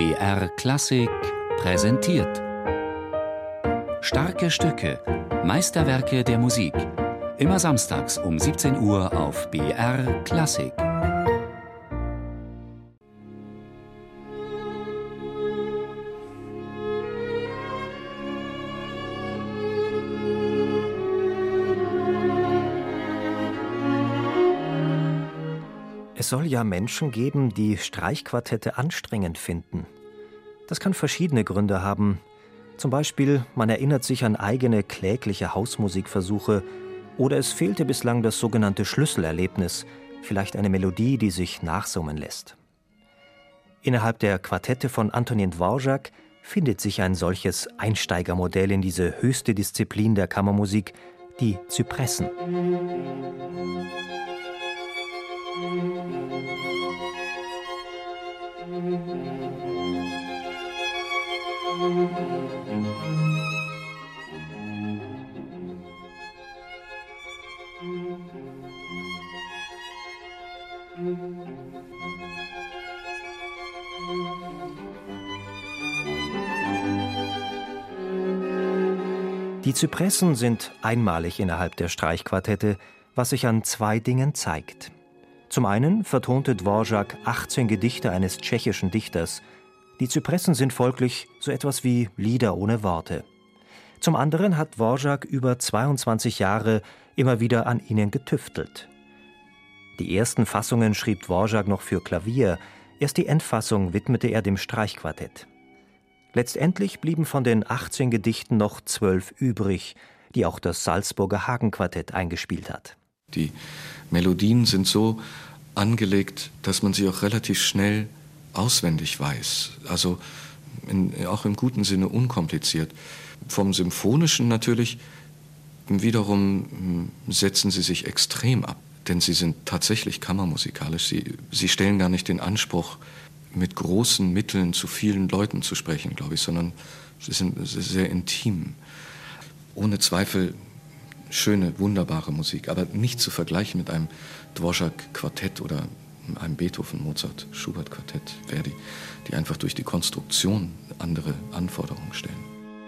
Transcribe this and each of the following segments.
BR Klassik präsentiert. Starke Stücke, Meisterwerke der Musik. Immer samstags um 17 Uhr auf BR Klassik. Es soll ja Menschen geben, die Streichquartette anstrengend finden. Das kann verschiedene Gründe haben. Zum Beispiel, man erinnert sich an eigene klägliche Hausmusikversuche oder es fehlte bislang das sogenannte Schlüsselerlebnis, vielleicht eine Melodie, die sich nachsummen lässt. Innerhalb der Quartette von Antonin Dvorak findet sich ein solches Einsteigermodell in diese höchste Disziplin der Kammermusik, die Zypressen. Die Zypressen sind einmalig innerhalb der Streichquartette, was sich an zwei Dingen zeigt. Zum einen vertonte Dvorak 18 Gedichte eines tschechischen Dichters. Die Zypressen sind folglich so etwas wie Lieder ohne Worte. Zum anderen hat Dvorak über 22 Jahre immer wieder an ihnen getüftelt. Die ersten Fassungen schrieb Dvorak noch für Klavier, erst die Endfassung widmete er dem Streichquartett. Letztendlich blieben von den 18 Gedichten noch 12 übrig, die auch das Salzburger Hagenquartett eingespielt hat. Die Melodien sind so angelegt, dass man sie auch relativ schnell auswendig weiß. Also auch im guten Sinne unkompliziert. Vom Symphonischen natürlich wiederum setzen sie sich extrem ab, denn sie sind tatsächlich kammermusikalisch. Sie stellen gar nicht den Anspruch, mit großen Mitteln zu vielen Leuten zu sprechen, glaube ich, sondern sie sind sehr intim. Ohne Zweifel schöne, wunderbare Musik, aber nicht zu vergleichen mit einem Dvorak-Quartett oder einem Beethoven-, Mozart-, Schubert-Quartett, Verdi, die einfach durch die Konstruktion andere Anforderungen stellen.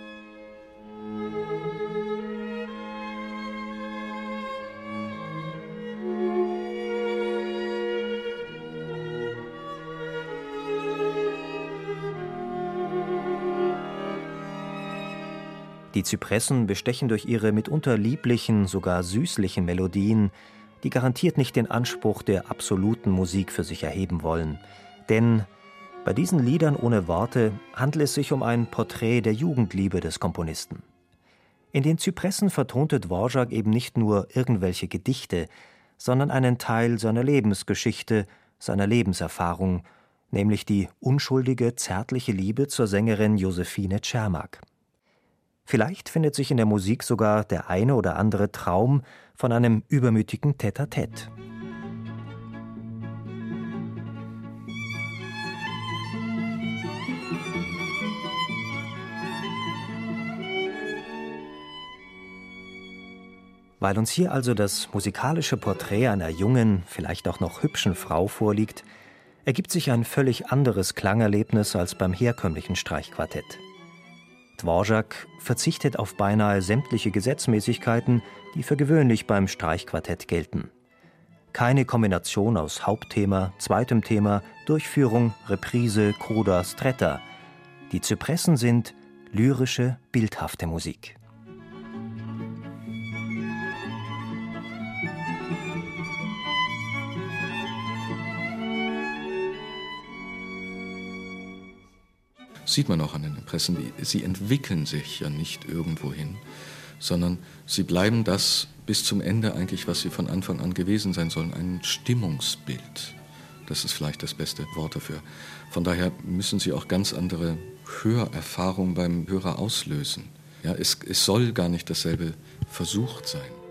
Die Zypressen bestechen durch ihre mitunter lieblichen, sogar süßlichen Melodien, die garantiert nicht den Anspruch der absoluten Musik für sich erheben wollen. Denn bei diesen Liedern ohne Worte handelt es sich um ein Porträt der Jugendliebe des Komponisten. In den Zypressen vertonte Dvorak eben nicht nur irgendwelche Gedichte, sondern einen Teil seiner Lebensgeschichte, seiner Lebenserfahrung, nämlich die unschuldige, zärtliche Liebe zur Sängerin Josephine Czermak. Vielleicht findet sich in der Musik sogar der eine oder andere Traum von einem übermütigen Tête-à-Tête. Weil uns hier also das musikalische Porträt einer jungen, vielleicht auch noch hübschen Frau vorliegt, ergibt sich ein völlig anderes Klangerlebnis als beim herkömmlichen Streichquartett. Dvorak verzichtet auf beinahe sämtliche Gesetzmäßigkeiten, die für gewöhnlich beim Streichquartett gelten. Keine Kombination aus Hauptthema, zweitem Thema, Durchführung, Reprise, Coda, Stretta. Die Zypressen sind lyrische, bildhafte Musik. Sieht man auch an den Impressen, sie entwickeln sich ja nicht irgendwo hin, sondern sie bleiben das bis zum Ende eigentlich, was sie von Anfang an gewesen sein sollen, ein Stimmungsbild. Das ist vielleicht das beste Wort dafür. Von daher müssen sie auch ganz andere Hörerfahrungen beim Hörer auslösen. Ja, es soll gar nicht dasselbe versucht sein.